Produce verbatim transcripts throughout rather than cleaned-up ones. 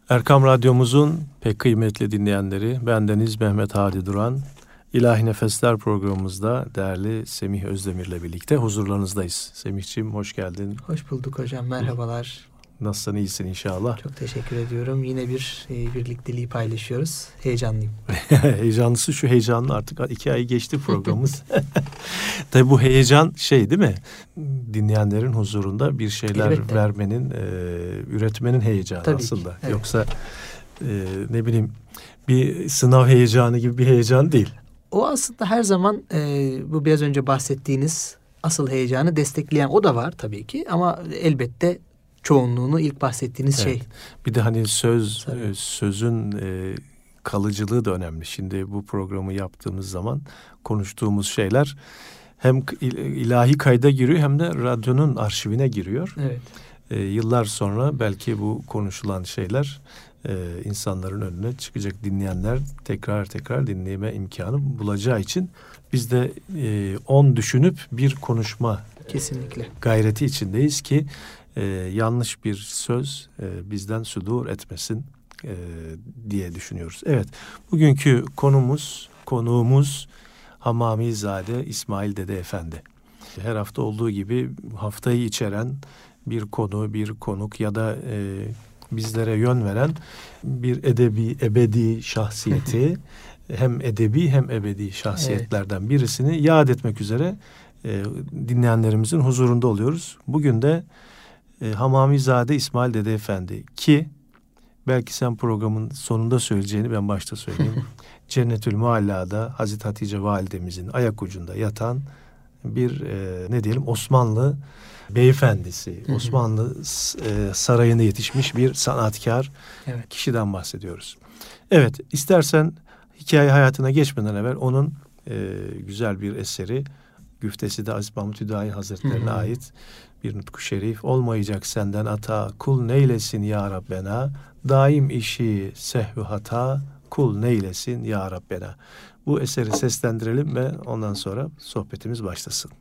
Erkam Radyomuzun pek kıymetli dinleyenleri, bendeniz Mehmet Hadi Duran, İlahi Nefesler programımızda değerli Semih Özdemir'le birlikte huzurlarınızdayız. Semihciğim hoş geldin. Hoş bulduk hocam, merhabalar. Nasılsın, iyisin inşallah? Çok teşekkür ediyorum. Yine bir e, birlikteliği paylaşıyoruz. Heyecanlıyım. Heyecanlısı şu, heyecanlı artık iki ay geçti programımız. Tabii bu heyecan şey değil mi? Dinleyenlerin huzurunda bir şeyler Elbette. vermenin, e, üretmenin heyecanı Tabii aslında. Ki, evet. Yoksa e, ne bileyim bir sınav heyecanı gibi bir heyecan değil. O aslında her zaman e, bu biraz önce bahsettiğiniz asıl heyecanı destekleyen o da var tabii ki. Ama elbette çoğunluğunu ilk bahsettiğiniz evet. şey. Bir de hani söz Tabii. sözün e, kalıcılığı da önemli. Şimdi bu programı yaptığımız zaman konuştuğumuz şeyler hem ilahi kayda giriyor hem de radyonun arşivine giriyor. Evet. E, yıllar sonra belki bu konuşulan şeyler e, insanların önüne çıkacak, dinleyenler tekrar tekrar dinleme imkanı bulacağı için biz de e, on düşünüp bir konuşma Kesinlikle. gayreti içindeyiz ki e, yanlış bir söz e, bizden sudur etmesin e, diye düşünüyoruz. Evet, bugünkü konumuz, konuğumuz Hamamizade İsmail Dede Efendi. Her hafta olduğu gibi haftayı içeren bir konu, bir konuk ya da e, bizlere yön veren bir edebi, ebedi şahsiyeti hem edebi hem ebedi şahsiyetlerden evet. birisini yad etmek üzere e, dinleyenlerimizin huzurunda oluyoruz. Bugün de e, Hamamizade İsmail Dede Efendi ki belki sen programın sonunda söyleyeceğini ben başta söyleyeyim. Cennetül Mualla'da Hazreti Hatice Validemizin ayak ucunda yatan bir e, ne diyelim Osmanlı beyefendisi, hı hı. Osmanlı e, sarayında yetişmiş bir sanatkar evet. kişiden bahsediyoruz. Evet, istersen hikaye hayatına geçmeden evvel onun e, güzel bir eseri, güftesi de Aziz Mahmud Hüdayi Hazretlerine hı hı. ait bir nutku şerif. Olmayacak senden ata, kul neylesin ya Rabbena, daim işi sehvü hata, kul neylesin ya Rabbena. Bu eseri seslendirelim ve ondan sonra sohbetimiz başlasın.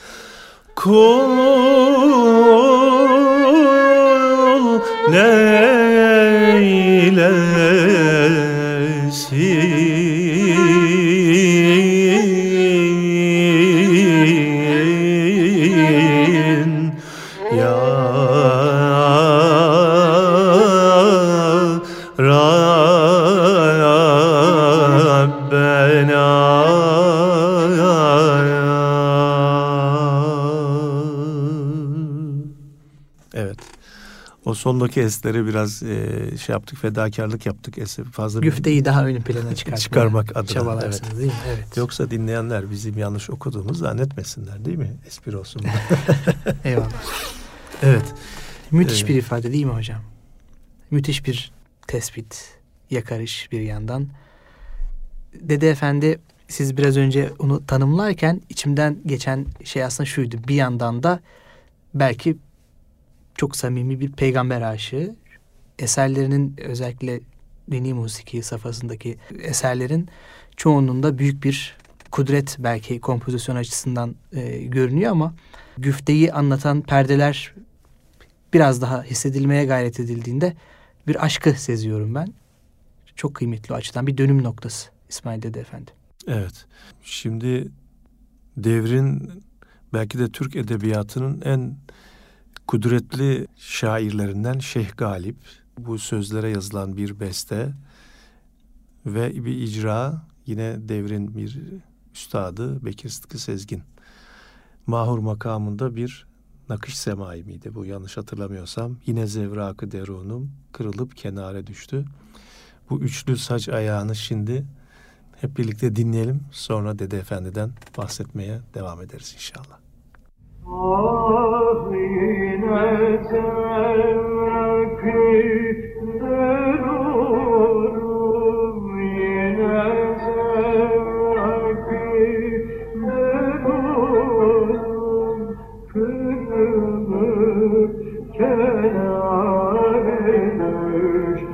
Kul ne eylesin ya Rabbena. Evet. O sondaki esleri biraz e, şey yaptık, fedakarlık yaptık. Eser fazla güfteyi daha ön plana çıkarmak adına. Çabalarsınız evet. değil mi? Evet. Yoksa dinleyenler bizim yanlış okuduğumuzu zannetmesinler değil mi? Espri olsun. Eyvallah. Evet. Müthiş ee, bir ifade değil mi hocam? Müthiş bir tespit, yakarış bir yandan. Dede Efendi, siz biraz önce onu tanımlarken içimden geçen şey aslında şuydu. Bir yandan da belki çok samimi bir peygamber aşığı. Eserlerinin, özellikle dini musiki safhasındaki eserlerin çoğunluğunda büyük bir kudret belki kompozisyon açısından e, görünüyor ama güfteyi anlatan perdeler biraz daha hissedilmeye gayret edildiğinde bir aşkı seziyorum ben. Çok kıymetli o açıdan bir dönüm noktası İsmail Dede Efendi. Evet. Şimdi devrin belki de Türk edebiyatının en kudretli şairlerinden Şeyh Galip. Bu sözlere yazılan bir beste ve bir icra yine devrin bir üstadı Bekir Sıtkı Sezgin. Mahur makamında bir nakış semai miydi bu, yanlış hatırlamıyorsam. Yine zevrak-ı derunum kırılıp kenara düştü. Bu üçlü saç ayağını şimdi hep birlikte dinleyelim. Sonra Dede Efendi'den bahsetmeye devam ederiz inşallah. Ah yine zevrak-ı derunum, yine zevrak-ı derunum kırılıp kenara düştü.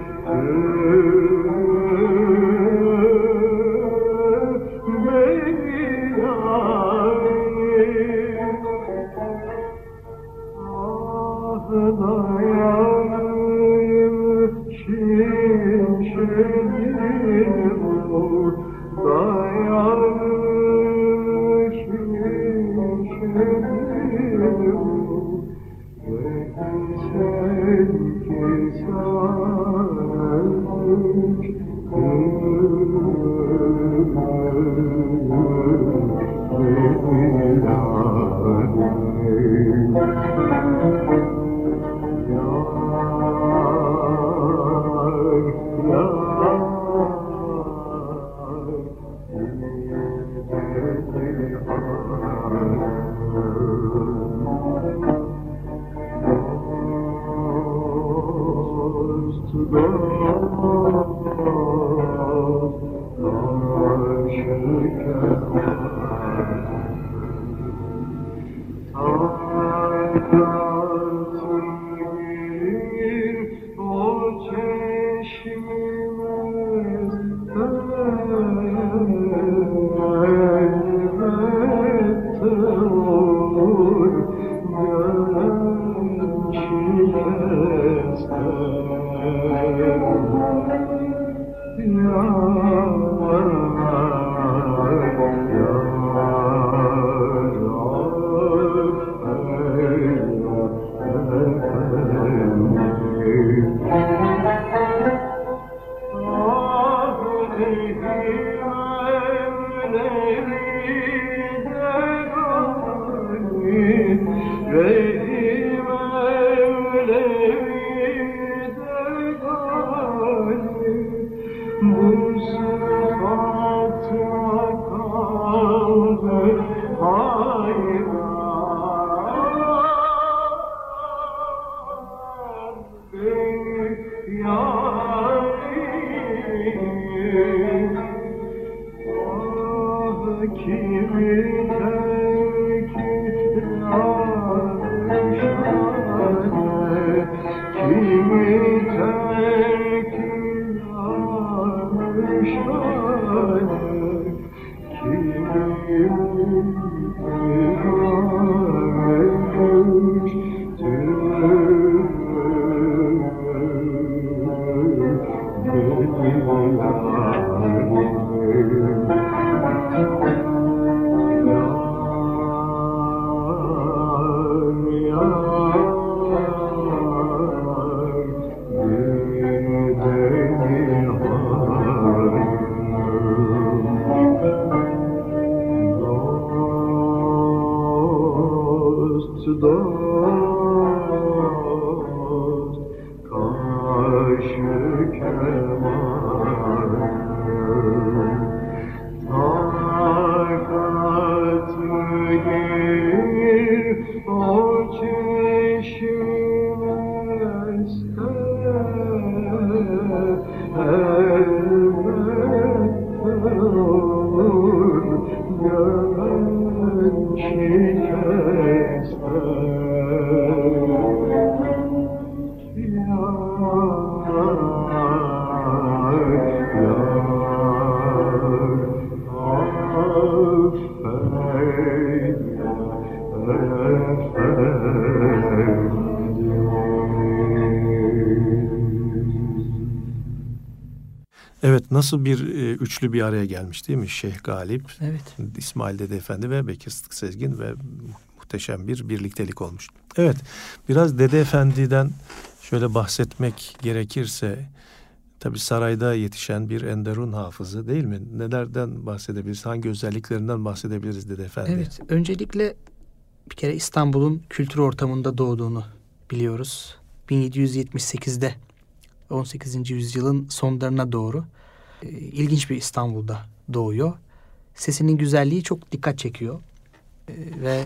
Evet, nasıl bir e, üçlü bir araya gelmiş değil mi? Şeyh Galip, evet. İsmail Dede Efendi ve Bekir Sıdık Sezgin ve muhteşem bir birliktelik olmuş. Evet, biraz Dede Efendi'den şöyle bahsetmek gerekirse, tabii sarayda yetişen bir enderun hafızı değil mi? Nelerden bahsedebiliriz? Hangi özelliklerinden bahsedebiliriz Dede Efendi? Evet, öncelikle bir kere İstanbul'un kültür ortamında doğduğunu biliyoruz. bin yedi yüz yetmiş sekizde on sekizinci yüzyılın sonlarına doğru e, ilginç bir İstanbul'da doğuyor. Sesinin güzelliği çok dikkat çekiyor. E, ve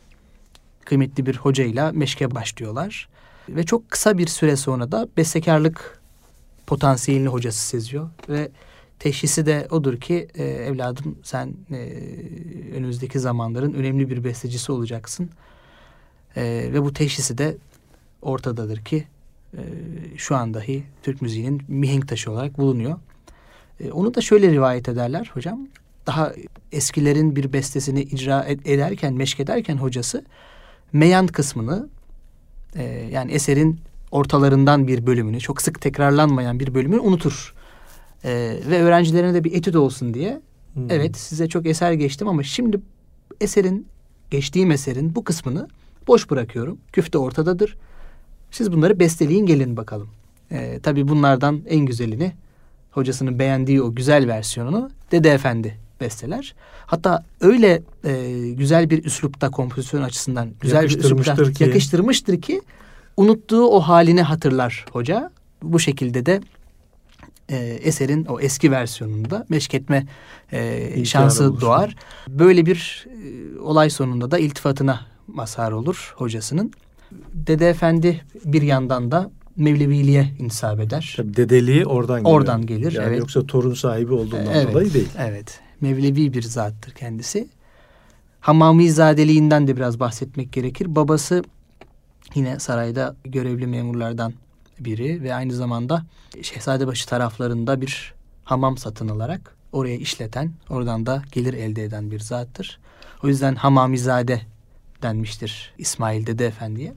kıymetli bir hocayla meşke başlıyorlar. Ve çok kısa bir süre sonra da bestekarlık potansiyelini hocası seziyor. Ve teşhisi de odur ki e, evladım sen e, önümüzdeki zamanların önemli bir bestecisi olacaksın. E, ve bu teşhisi de ortadadır ki e, şu an dahi Türk müziğinin mihenk taşı olarak bulunuyor. E, onu da şöyle rivayet ederler hocam. Daha eskilerin bir bestesini icra ed- ederken, meşk ederken hocası meyan kısmını e, yani eserin ortalarından bir bölümünü, çok sık tekrarlanmayan bir bölümünü unutur. E, ve öğrencilerine de bir etüt olsun diye hmm. evet size çok eser geçtim ama şimdi eserin, geçtiğim eserin bu kısmını boş bırakıyorum. Küfte ortadadır. Siz bunları besteleyin gelin bakalım. E, tabii bunlardan en güzelini, hocasının beğendiği o güzel versiyonunu Dede Efendi besteler. Hatta öyle e, güzel bir üslupta, kompozisyon açısından güzel bir üslupta ki. yakıştırmıştır ki unuttuğu o halini hatırlar hoca. Bu şekilde de e, eserin o eski versiyonunda meşketme e, şansı oluşur. Doğar. Böyle bir e, olay sonunda da iltifatına mazhar olur hocasının. Dede Efendi bir yandan da Mevleviliğe intisap eder. Tabii dedeliği oradan gelir. Oradan gelir. Yani evet. Yoksa torun sahibi olduğundan evet, dolayı değil. Evet. Mevlevi bir zattır kendisi. Hamamizadeliğinden de biraz bahsetmek gerekir. Babası yine sarayda görevli memurlardan biri ve aynı zamanda Şehzadebaşı taraflarında bir hamam satın alarak oraya işleten, oradan da gelir elde eden bir zattır. O yüzden Hamamizade denmiştir İsmail Dede Efendi'ye.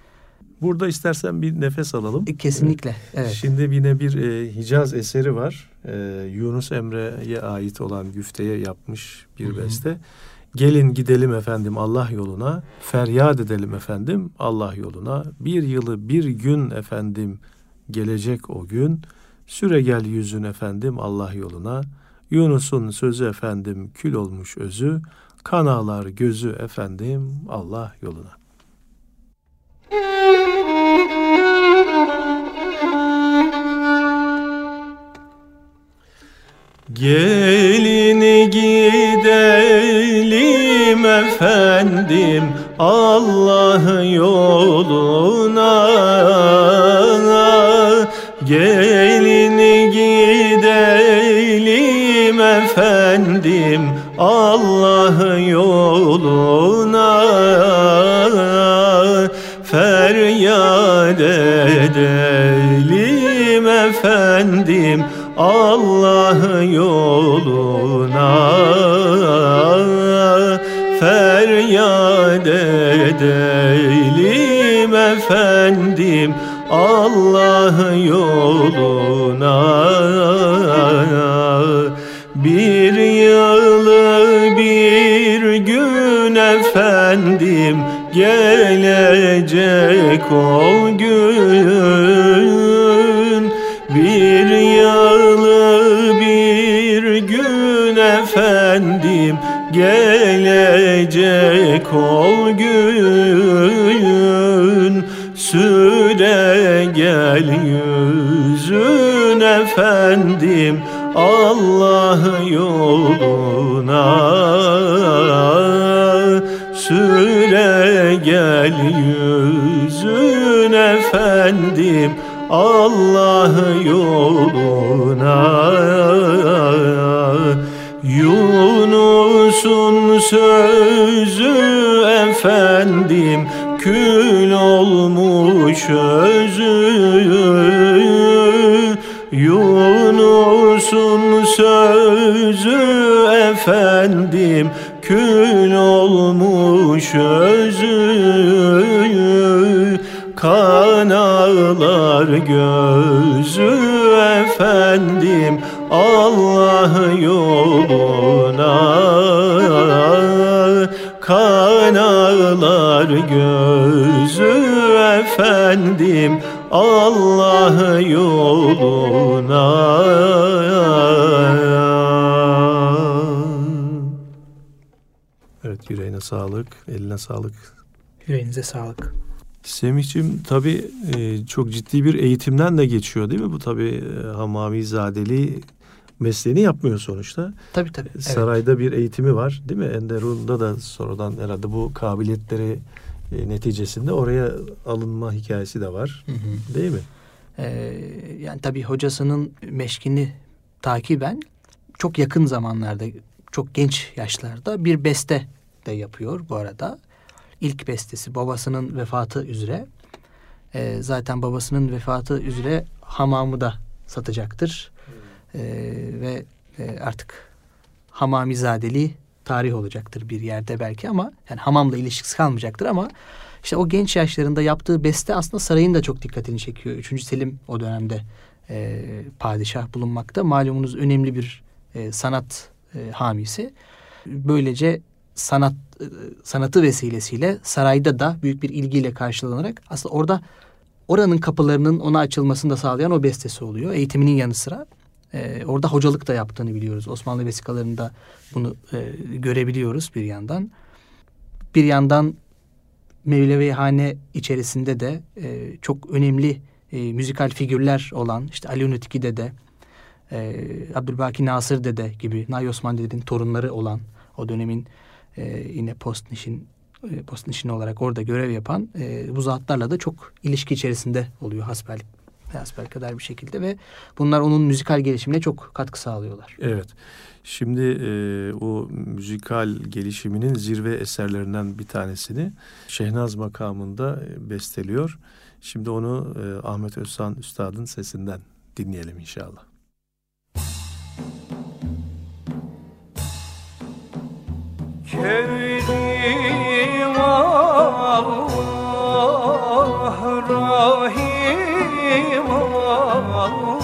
Burada istersen bir nefes alalım. E, kesinlikle. Evet. Şimdi yine bir e, Hicaz eseri var. E, Yunus Emre'ye ait olan güfteye yapmış bir Hı-hı. beste. Gelin gidelim efendim Allah yoluna, feryat edelim efendim Allah yoluna. Bir yılı bir gün efendim gelecek o gün. Süre gel yüzün efendim Allah yoluna. Yunus'un sözü efendim kül olmuş özü. Kan ağlar gözü efendim Allah yoluna. Gelin gidelim efendim Allah yoluna. Gelin gidelim efendim Allah yoluna. Feryat edelim efendim Allah yoluna. Feryat edelim efendim Allah yoluna. Bir yılı bir gün efendim gelecek o gün. Bir yılı bir gün efendim gelecek o gün. Süre gel gözün efendim Allah yoluna, süre gel yüzün efendim Allah yoluna. Yunus'un sözü efendim kül olmuş özü, Yunus'un sözü efendim kül olmuş özü, kan ağlar gözü efendim Allah yoluna, kan ağlar gözü efendim Allah yoluna. Evet, yüreğine sağlık, eline sağlık. Yüreğinize sağlık. Semih'ciğim tabii e, çok ciddi bir eğitimden de geçiyor değil mi? Bu tabii e, Hamamizadeli mesleğini yapmıyor sonuçta. Tabii tabii. Evet. Sarayda bir eğitimi var değil mi? Enderun'da da sonradan herhalde bu kabiliyetleri e, neticesinde oraya alınma hikayesi de var. Hı hı. Değil mi? Ee, yani tabii hocasının meşkini takiben çok yakın zamanlarda, çok genç yaşlarda bir beste de yapıyor bu arada. İlk bestesi babasının vefatı üzere. Ee, zaten babasının vefatı üzere hamamı da satacaktır. Ee, ve e, artık Hamamizadeli tarih olacaktır bir yerde belki, ama yani hamamla ilişkisi kalmayacaktır, ama işte o genç yaşlarında yaptığı beste aslında sarayın da çok dikkatini çekiyor. Üçüncü Selim o dönemde e, padişah bulunmakta. Malumunuz önemli bir e, sanat e, hamisi. Böylece sanat sanatı vesilesiyle sarayda da büyük bir ilgiyle karşılanarak aslında orada oranın kapılarının ona açılmasını da sağlayan o bestesi oluyor. Eğitiminin yanı sıra e, orada hocalık da yaptığını biliyoruz. Osmanlı vesikalarında bunu e, görebiliyoruz bir yandan. Bir yandan Mevlevihane içerisinde de e, çok önemli e, müzikal figürler olan, işte Ali Nutki Dede, e, Abdülbaki Nasır Dede gibi, Nahi Osman Dede'nin torunları olan, o dönemin e, yine postnişin e, postnişin olarak orada görev yapan e, bu zatlarla da çok ilişki içerisinde oluyor hasbel hasbelkader bir şekilde ve bunlar onun müzikal gelişimine çok katkı sağlıyorlar. Evet. Şimdi e, o müzikal gelişiminin zirve eserlerinden bir tanesini Şehnaz makamında besteliyor. Şimdi onu e, Ahmet Özsan Üstad'ın sesinden dinleyelim inşallah. Kevnim Allah Rahim Allah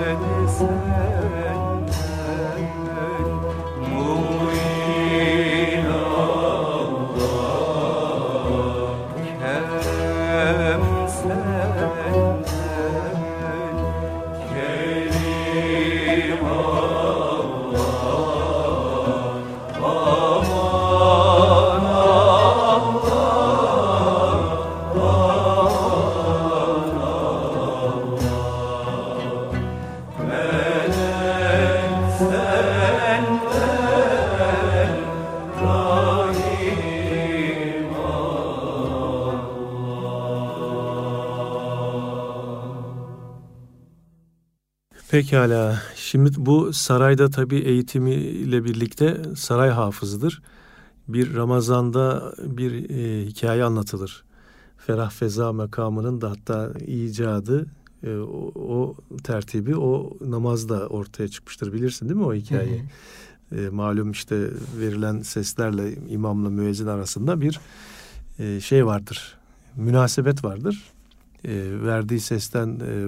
Pekala. Şimdi bu sarayda tabii eğitimiyle birlikte saray hafızıdır. Bir Ramazan'da bir e, hikaye anlatılır. Ferah Feza makamının da hatta icadı, e, o, o tertibi o namazda ortaya çıkmıştır. Bilirsin değil mi o hikayeyi? Hı hı. E, malum işte verilen seslerle imamla müezzin arasında bir e, şey vardır. Münasebet vardır. E, verdiği sesten e,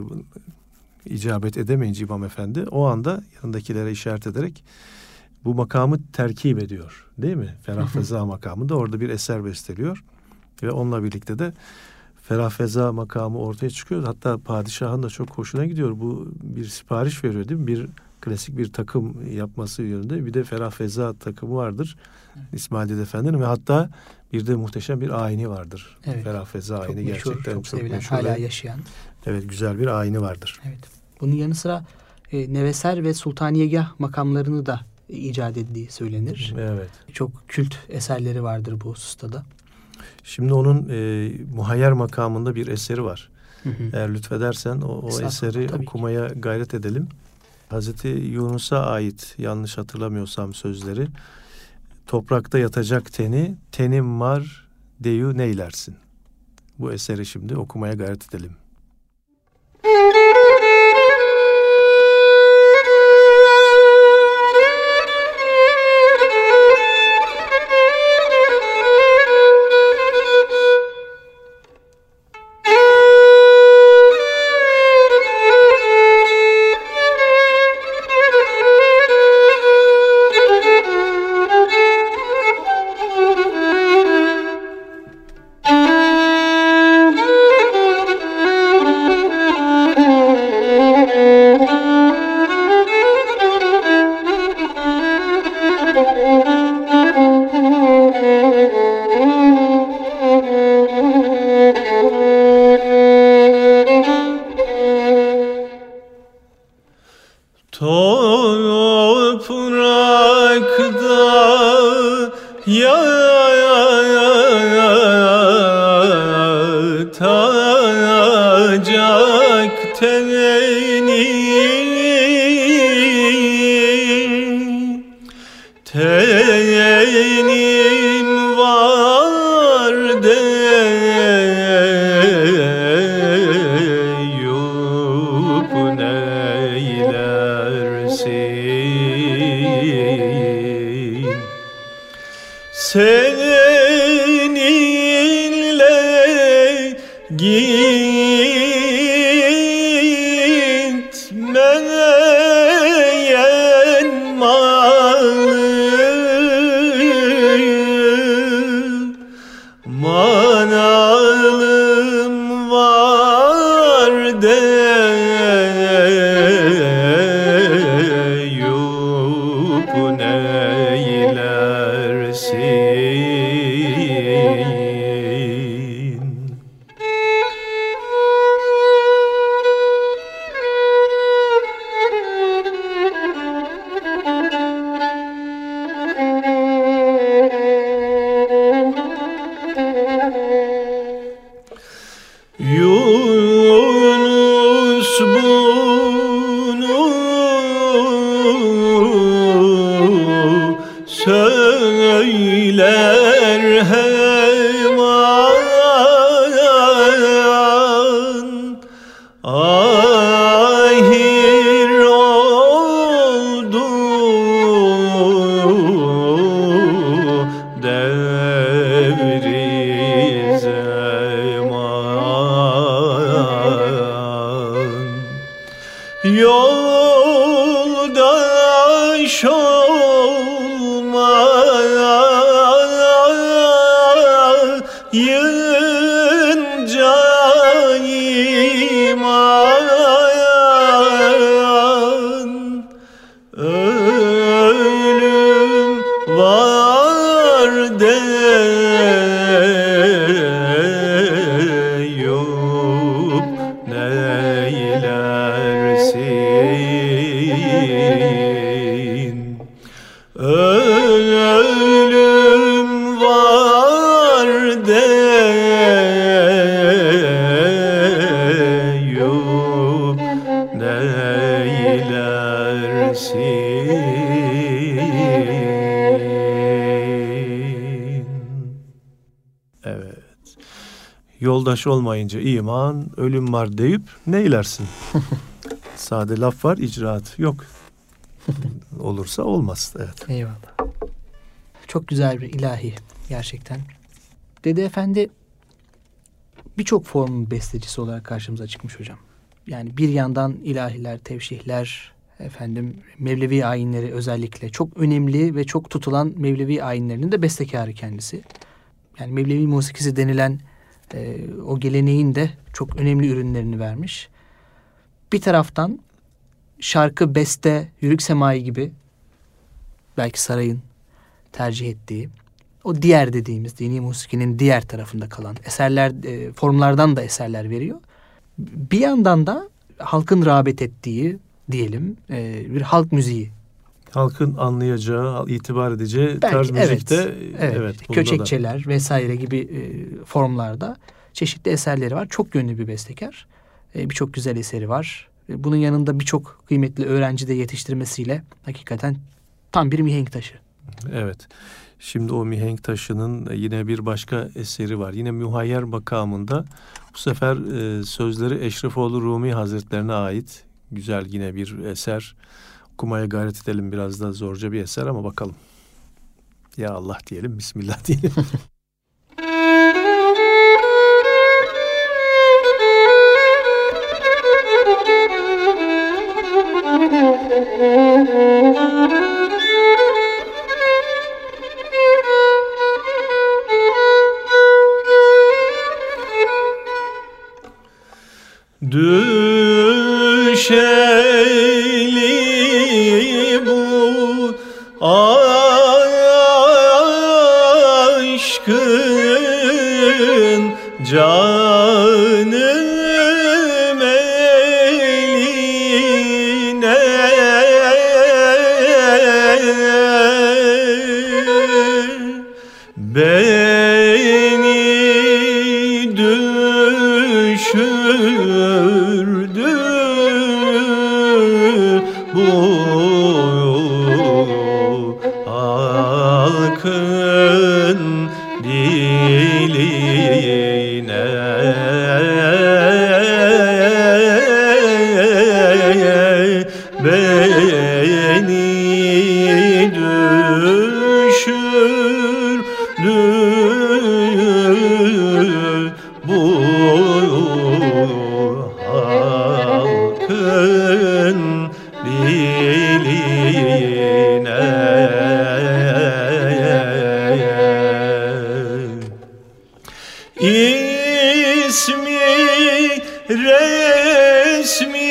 icabet edemeyince imam efendi o anda yanındakilere işaret ederek bu makamı terkip ediyor. Değil mi? Ferah Feza makamında orada bir eser besteliyor. Ve onunla birlikte de Ferah Feza makamı ortaya çıkıyor. Hatta padişahın da çok hoşuna gidiyor. Bu bir sipariş veriyor değil mi? Bir klasik bir takım yapması yönünde. Bir de Ferah Feza takımı vardır. Evet. İsmail Dede Efendi'nin ve hatta bir de muhteşem bir ayini vardır. Evet. Ferah Feza çok ayini meşhur, gerçekten çok, çok sevilen, meşhur. Hala yaşayan. Evet, güzel bir ayini vardır. Evet. Bunun yanı sıra e, Neveser ve Sultaniyegah makamlarını da e, icat ettiği söylenir. Evet. Çok kült eserleri vardır bu hususta da. Şimdi onun e, muhayyer makamında bir eseri var. Hı hı. Eğer lütfedersen o, o eseri okumaya ki. gayret edelim. Hazreti Yunus'a ait, yanlış hatırlamıyorsam sözleri, toprakta yatacak teni, tenim var deyu neylersin. Bu eseri şimdi okumaya gayret edelim. yoldaş olmayınca iman, ölüm var deyup neylersin? Ölüm var deyup neylersin? Evet. Yoldaş olmayınca iman, ölüm var deyip neylersin? Sade laf var, icraat yok. Olursa olmaz. Evet. Eyvallah. Çok güzel bir ilahi gerçekten. Dede Efendi birçok formun bestecisi olarak karşımıza çıkmış hocam. Yani bir yandan ilahiler, tevşihler, efendim Mevlevi ayinleri özellikle çok önemli ve çok tutulan Mevlevi ayinlerinin de bestekarı kendisi. Yani Mevlevi musikisi denilen e, o geleneğin de çok önemli ürünlerini vermiş. Bir taraftan şarkı, beste, yürük semai gibi belki sarayın tercih ettiği o diğer dediğimiz dini musikinin diğer tarafında kalan eserler, e, formlardan da eserler veriyor. Bir yandan da halkın rağbet ettiği diyelim e, bir halk müziği. Halkın anlayacağı, itibar edeceği Belki, tarz müzikte evet, evet, evet işte köçekçeler da vesaire gibi e, formlarda çeşitli eserleri var. Çok yönlü bir bestekar. E, birçok güzel eseri var. E, bunun yanında birçok kıymetli öğrenci de yetiştirmesiyle hakikaten tam bir mihenk taşı. Evet. Şimdi o mihenk taşının yine bir başka eseri var. Yine Muhayyer makamında bu sefer e, sözleri Eşrefoğlu Rumi Hazretlerine ait güzel yine bir eser. Okumaya gayret edelim, biraz da zorca bir eser ama bakalım. Ya Allah diyelim, Bismillah diyelim. Düşeli bu aşkın canım eline, beni düşürdü bu halkın diline, beni düşürdü bu halkın diline. İsmi resmi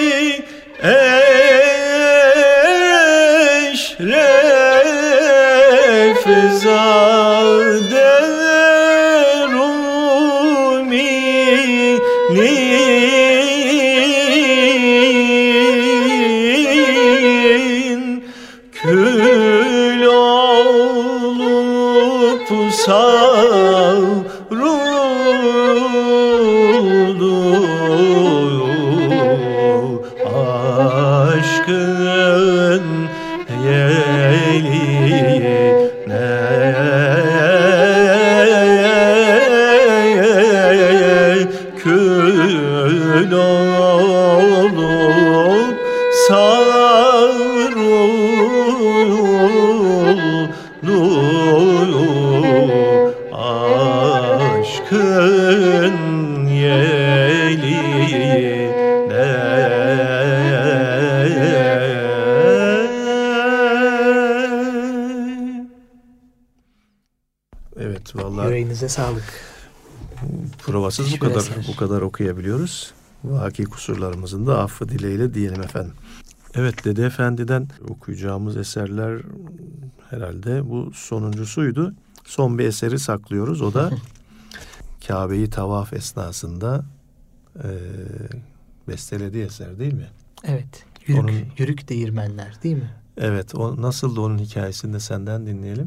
Eşref Zade Rumi'nin kül olup savruldu aşkın yeline, kül olup savruldu aşkın yeline. Evet vallahi. Yüreğinize sağlık. Provasız bu Hiçbir kadar eser. bu kadar okuyabiliyoruz. Vaki kusurlarımızın da affı dileğiyle diyelim efendim. Evet, Dede Efendi'den okuyacağımız eserler herhalde bu sonuncusuydu. Son bir eseri saklıyoruz. O da Kabe'yi tavaf esnasında e, bestelediği eser değil mi? Evet. Yürük, Onun- yürük değirmenler değil mi? Evet, o nasıldı, onun hikayesini de senden dinleyelim.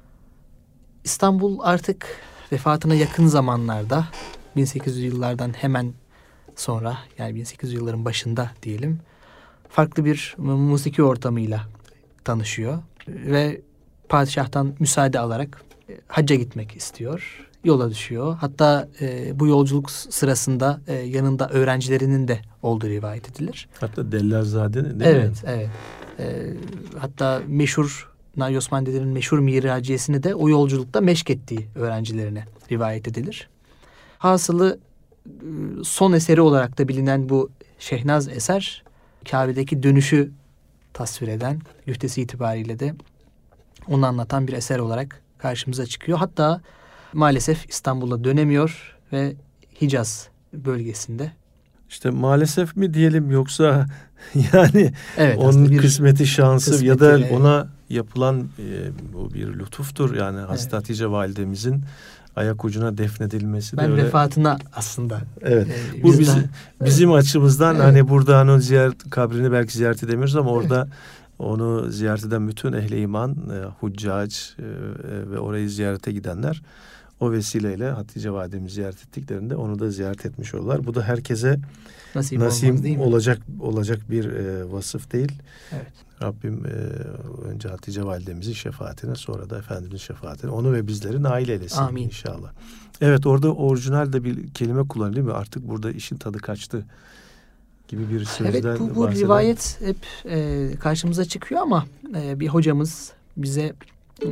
İstanbul artık vefatına yakın zamanlarda bin sekiz yüz yıllardan hemen sonra, yani bin sekiz yüz yılların başında diyelim, farklı bir mu- musiki ortamıyla tanışıyor ve padişahtan müsaade alarak e, hacca gitmek istiyor. Yola düşüyor. Hatta e, bu yolculuk s- sırasında e, yanında öğrencilerinin de olduğu rivayet edilir. Hatta Dellarzade değil mi? Evet, evet. E, hatta meşhur Nahi Osman Dede'nin meşhur miraciyesini de o yolculukta meşk ettiği öğrencilerine rivayet edilir. Hasılı e, son eseri olarak da bilinen bu Şehnaz eser, Kabe'deki dönüşü tasvir eden, güftesi itibariyle de onu anlatan bir eser olarak karşımıza çıkıyor. Hatta maalesef İstanbul'a dönemiyor ve Hicaz bölgesinde. İşte maalesef mi diyelim, yoksa yani Evet, onun aslında bir kısmeti, şansı kısmeti, ya da evet. ona yapılan e, bu bir lütuftur. Yani Hazreti Evet. Hatice validemizin ayak ucuna defnedilmesi de ben öyle. vefatına aslında. Evet. e, Bu biz bizim, daha- bizim açımızdan Evet. hani burada onun ziyaret kabrini belki ziyaret edemiyoruz ama orada onu ziyaret eden bütün ehli iman, e, huccac e, e, ve orayı ziyarete gidenler o vesileyle Hatice validemizi ziyaret ettiklerinde onu da ziyaret etmiş olurlar. Bu da herkese nasip, olmaz nasip değil mi? olacak olacak bir e, vasıf değil. Evet. Rabbim e, önce Hatice validemizin şefaatine, sonra da Efendimizin şefaatine onu ve bizleri nail eylesin Amin. inşallah. Evet, orada orijinal de bir kelime kullanılıyor mu? Artık burada işin tadı kaçtı gibi bir sözden Evet, bu, bu bahseden- rivayet hep e, karşımıza çıkıyor ama e, bir hocamız bize e,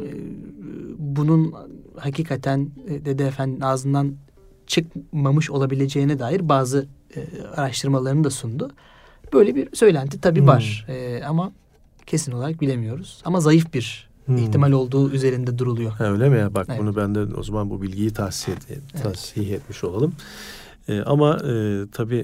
bunun hakikaten e, Dede Efendi'nin ağzından çıkmamış olabileceğine dair bazı e, araştırmalarını da sundu. Böyle bir söylenti tabii Hmm. var e, ama kesin olarak bilemiyoruz. Ama zayıf bir Hmm. ihtimal olduğu üzerinde duruluyor. Ha, öyle mi ya? Bak Evet. bunu ben de o zaman bu bilgiyi tahsih, et, tahsih etmiş olalım. Ee, ama e, tabii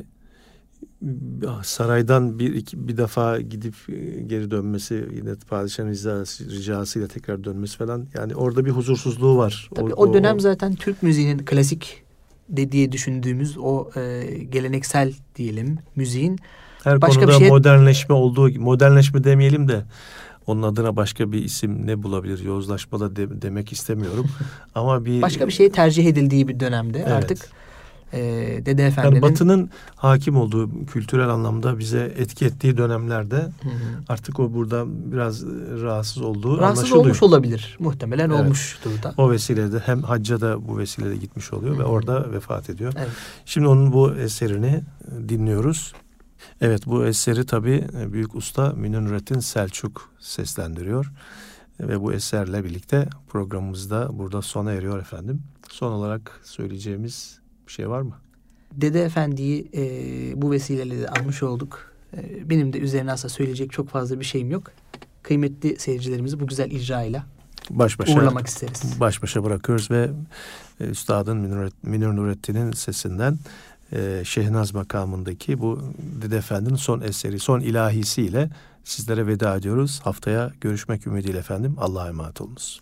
saraydan bir iki, bir defa gidip e, geri dönmesi, yine padişahın ricası, ricasıyla tekrar dönmesi falan, yani orada bir huzursuzluğu var. Tabii o, dönem zaten Türk müziğinin klasik de diye düşündüğümüz o e, geleneksel diyelim müziğin her başka konuda bir şey- modernleşme olduğu, modernleşme demeyelim de onun adına başka bir isim ne bulabilir? Yozlaşma da de, demek istemiyorum. Ama bir başka bir şeye tercih edildiği bir dönemde Evet. artık e, Dede Efendi'nin yani Batı'nın hakim olduğu, kültürel anlamda bize etki ettiği dönemlerde Hı hı. artık o buradan biraz e, rahatsız olduğu rahatsız anlaşılıyor. olmuş olabilir. Muhtemelen Evet. olmuştur da. O vesileyle hem hacca da bu vesileyle gitmiş oluyor Hı ve hı. orada vefat ediyor. Evet. Şimdi onun bu eserini e, dinliyoruz. Evet, bu eseri tabii e, büyük usta Münir Nurettin Selçuk seslendiriyor. E, Ve bu eserle birlikte programımız da burada sona eriyor efendim. Son olarak söyleyeceğimiz bir şey var mı? Dede Efendi'yi e, bu vesileyle de almış olduk. E, benim de üzerine aslında söyleyecek çok fazla bir şeyim yok. Kıymetli seyircilerimizi bu güzel icrayla Baş başa, uğurlamak isteriz. baş başa bırakıyoruz ve e, Üstadın Münir, Münir Nurettin'in sesinden e, Şehnaz makamındaki bu Dede Efendi'nin son eseri, son ilahisiyle sizlere veda ediyoruz. Haftaya görüşmek ümidiyle efendim. Allah'a emanet olunuz.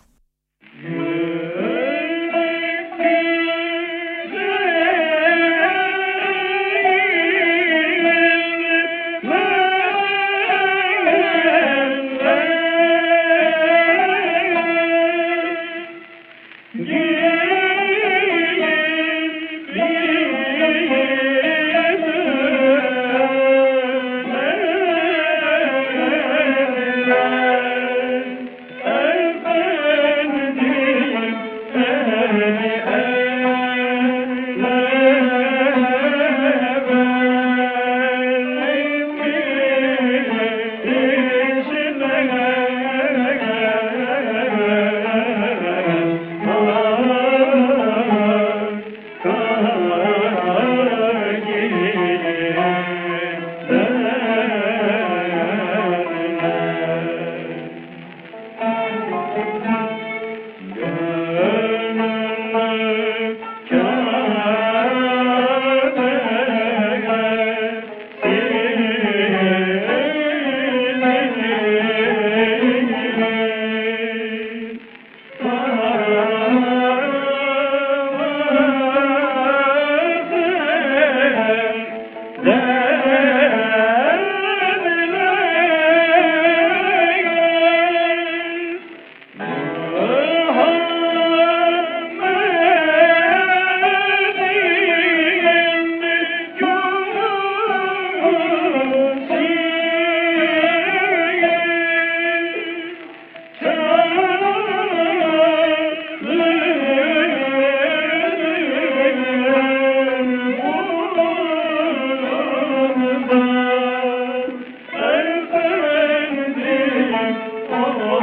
Thank you.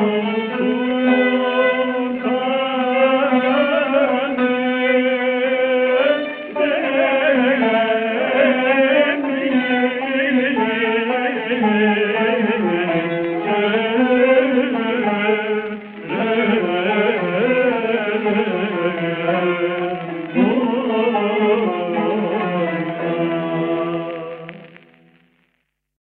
Allah